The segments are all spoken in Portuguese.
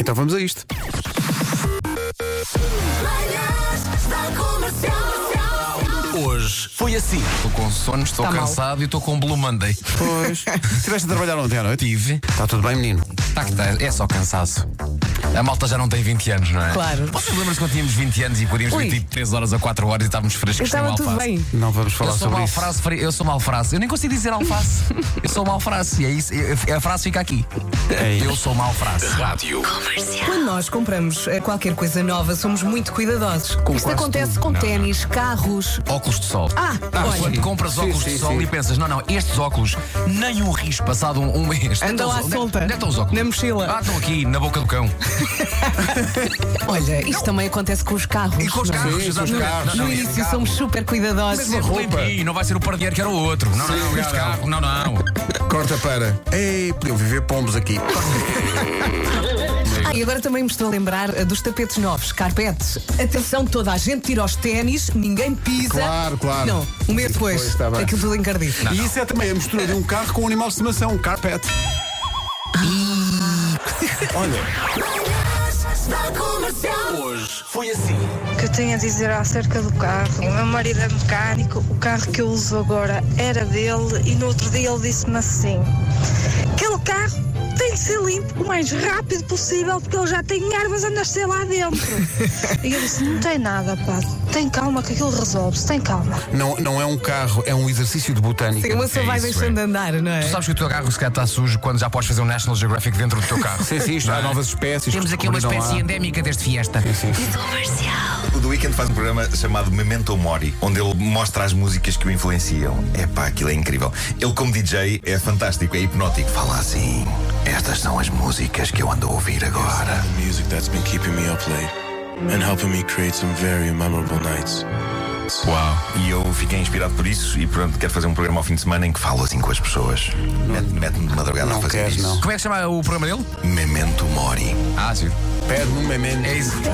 Então vamos a isto. Hoje foi assim. Estou com sono, estou cansado e estou com Blue Monday. Pois. Estiveste a trabalhar ontem à noite? Tive. Está tudo bem, menino? Tá que tá, é só cansaço. A malta já não tem 20 anos, não é? Claro. Vocês lembram-se quando tínhamos 20 anos e podíamos vir tipo 3 horas a 4 horas e estávamos frescos sem Estava tudo alface? bem. Não vamos falar sobre isso. Eu sou malfrase. Eu nem consigo dizer alface. Eu sou malfrase. E é isso. A frase fica aqui. Eu sou malfrase. Rádio. Quando nós compramos qualquer coisa nova, somos muito cuidadosos. Isto acontece com ténis, carros. Óculos de sol. Olha. Quando compras óculos de sol e pensas, não, estes óculos, nem um risco passado um mês. Anda lá solta. Onde estão os óculos? Na mochila. Estão aqui, na boca do cão. Olha, isto também acontece com os carros. E com os não é? carros, exatamente. No início somos super cuidadosos. Não vai ser o pardieiro que era o outro. Não, este carro, não. Corta para. Ei, podiam viver pombos aqui. E agora também me estou a lembrar dos tapetes novos, carpetes. Atenção, toda a gente tira os ténis, ninguém pisa. Claro. Não, um mês depois, está bem. aquilo tudo encardido. E isso é também a mistura de um carro com um animal de estimação, um carpete. Olha. Hoje foi assim. O que eu tenho a dizer acerca do carro? O meu marido é mecânico, o carro que eu uso agora era dele e no outro dia ele disse-me assim: aquele carro tem de ser limpo o mais rápido possível porque ele já tem ervas a nascer lá dentro. E eu disse: não tem nada, pá, tem calma que aquilo resolve-se, tem calma. Não é um carro, é um exercício de botânica. Sim, uma só vai isso, deixando de andar, não é? Tu sabes que o teu carro se calhar está sujo quando já podes fazer um National Geographic dentro do teu carro. Sim, isto há novas espécies. Temos aqui uma espécie endémica deste Fiesta. O The Weeknd faz um programa chamado Memento Mori, onde ele mostra as músicas que o influenciam. Epá, aquilo é incrível. Ele, como DJ, é fantástico, é hipnótico. Fala assim: estas são as músicas que eu ando a ouvir agora. The music that's been keeping me up late and helping me create some very memorable nights. Uau! E eu fiquei inspirado por isso e pronto, quero fazer um programa ao fim de semana em que falo assim com as pessoas. Mete-me de madrugada a fazer queres, isso. não. Como é que se chama o programa dele? Memento Mori. Sim. Pede-me um memento. É isso.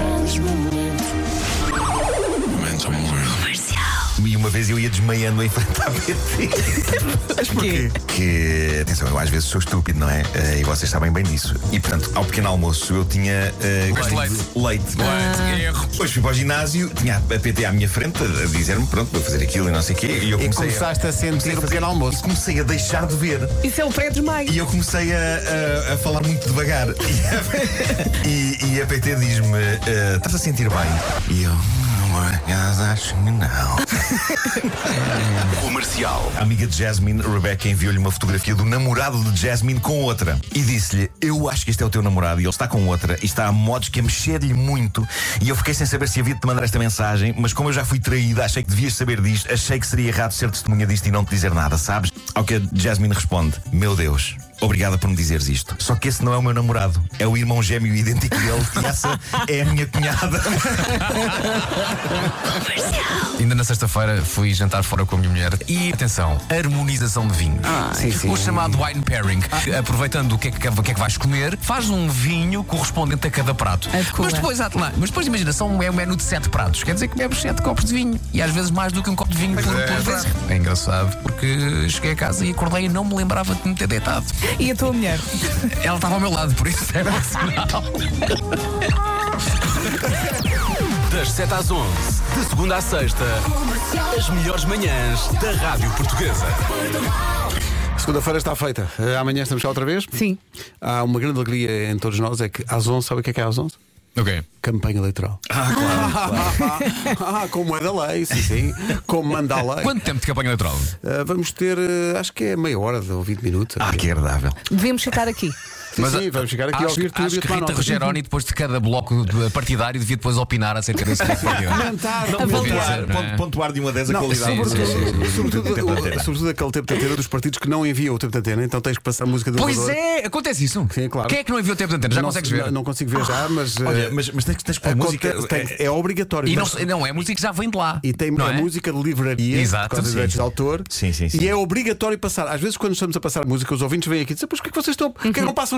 Memento Mori. E uma vez eu ia desmaiando em frente à BT. Mas porquê? Que, atenção, eu às vezes sou estúpido, não é? E vocês sabem bem disso. E portanto, ao pequeno almoço eu tinha leite. Erro. Depois fui para o ginásio, tinha a PT à minha frente a dizer-me: pronto, vou fazer aquilo e não sei o quê. E eu E comecei começaste a sentir o pequeno almoço. comecei a deixar de ver. Isso é o pré-desmaio. E eu comecei a falar muito devagar. E a PT diz-me: estás a sentir bem? E eu: acho que não. Comercial. A amiga de Jasmine, Rebecca, enviou-lhe uma fotografia do namorado de Jasmine com outra e disse-lhe: eu acho que este é o teu namorado e ele está com outra e está a modos que a mexer-lhe muito. E eu fiquei sem saber se havia de te mandar esta mensagem, mas como eu já fui traída, achei que devias saber disto, achei que seria errado ser testemunha disto e não te dizer nada, sabes? Ao que a Jasmine responde: meu Deus, obrigada por me dizeres isto. Só que esse não é o meu namorado, é o irmão gêmeo idêntico dele e essa é a minha cunhada. Ainda na sexta-feira fui jantar fora com a minha mulher e, atenção, harmonização de vinhos. Sim. O chamado wine pairing. Aproveitando o que é que vais comer, faz um vinho correspondente a cada prato. Adequa. Mas depois imagina, é um menu de 7 pratos. Quer dizer que bebes 7 copos de vinho. E às vezes mais do que um copo de vinho por vez. É engraçado, porque cheguei a casa e acordei e não me lembrava de me ter deitado. E a tua mulher? Ela estava ao meu lado, por isso é bom sinal. Das 7 às 11, de segunda à sexta, as melhores manhãs da Rádio Portuguesa. Segunda-feira está feita. Amanhã estamos cá outra vez. Sim. Há uma grande alegria em todos nós, é que às 11, sabe o que é às 11? Ok. Campanha eleitoral. Como é da lei, sim. Como manda a lei. Quanto tempo de campanha eleitoral? Vamos ter, acho que é meia hora ou 20 minutos. Que agradável. Devemos ficar aqui. Sim, vamos chegar aqui a ouvir tudo. Acho que Rita Rogeroni, depois de cada bloco partidário, devia depois opinar acerca desse partido. Pontuar de uma 10 a qualidade. Sobretudo aquele tempo de antena dos partidos que não enviam o tempo de antena, então tens que passar a música do Pois elevador. é, acontece isso. Sim, claro. Quem é que não enviou o tempo de antena? Já consegues ver? Não consigo ver já, mas. Olha, mas tens que pôr música. É obrigatório. E mas- não é música que já vem de lá. E tem não a é? música de livraria, Exato, por causa dos sim. direitos de autor. Sim. E é obrigatório passar. Às vezes, quando estamos a passar música, os ouvintes vêm aqui e dizem: pois o que é que vocês estão? Porque não passam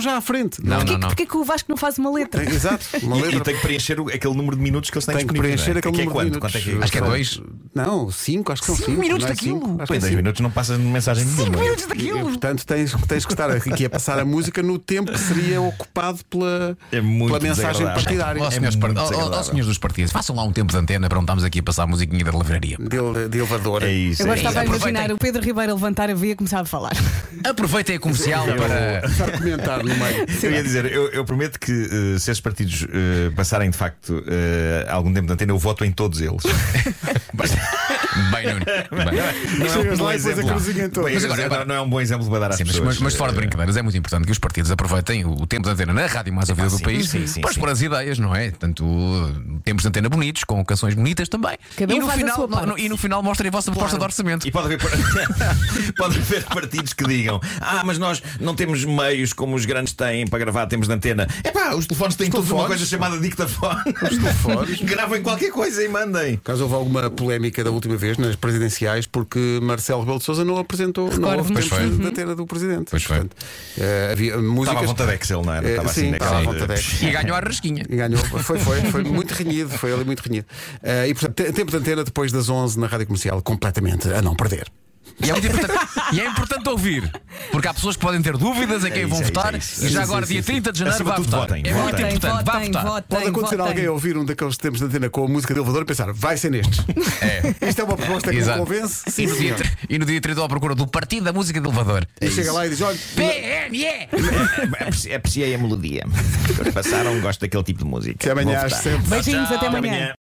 estão já à frente. Não. Porquê que o Vasco não faz uma letra? Exato, uma E letra. tem que preencher aquele número de minutos que eles têm Tem que disponíveis, preencher não é? aquele Que é número de quanto? minutos. Quanto é que é? Acho que é 2. Não, 5, acho que são 5. minutos daquilo. Pô, em 2 minutos não passas mensagem nenhuma. E, portanto, tens que estar aqui a passar a música no tempo que seria ocupado pela mensagem partidária. Senhores dos partidos, façam lá um tempo de antena para não estarmos aqui a passar a musiquinha da lavraria. De elevador. É isso. Eu estava a Aproveitem. imaginar o Pedro Ribeiro a levantar a veia e começar a falar. Aproveitem a comercial para. Começar a comentar no meio. Eu ia dizer, eu prometo que se esses partidos passarem de facto algum tempo de antena, eu voto em todos eles. Bem, Nuno. Bem. Chegas lá e depois a cruzinha em todos. Mas agora não é um bom exemplo para dar às Sim, pessoas. mas fora de brincadeiras, é muito importante que os partidos aproveitem o tempo de antena na rádio mais ouvida do sim, país sim, para expor as ideias, não é? Tanto tempos de antena bonitos, com canções bonitas também. Cada um E no faz a final, sua parte. e no final mostrem a vossa proposta de orçamento. E pode haver partidos que digam: mas nós não temos meios como os grandes têm para gravar tempos de antena. Os telefones têm todos uma coisa chamada dictafone. Os telefones. Gravem qualquer coisa e mandem. Caso houve alguma polémica da última vez nas presidenciais, porque Marcelo Rebelo de Sousa não apresentou não houve Pois tempo foi. de antena do presidente. Pois foi. Portanto, havia músicas. Estava à vontade Excel, não era? Estava assim sim, naquela. estava à vontade Excel. E ganhou a rasquinha. E ganhou, foi muito renhido, foi ali muito renhido. E portanto, tempo de antena depois das 11 na rádio comercial, completamente a não perder. E é importante ouvir, porque há pessoas que podem ter dúvidas em quem vão votar. E já agora, dia 30 de janeiro, vai votar. Votem. É muito importante, vai votar. Pode acontecer alguém a ouvir um daqueles tempos de antena com a música de elevador e pensar, vai ser nestes. Isto é uma proposta que me Exato. convence. E no, dia, senhor. e no dia 30 à procura do partido da música de elevador. E chega lá e diz: olha, PNE! Apreciei a melodia. Passaram, gosto daquele tipo de música. que amanhã Vou às votar. 7. Beijinhos, até Até amanhã. amanhã.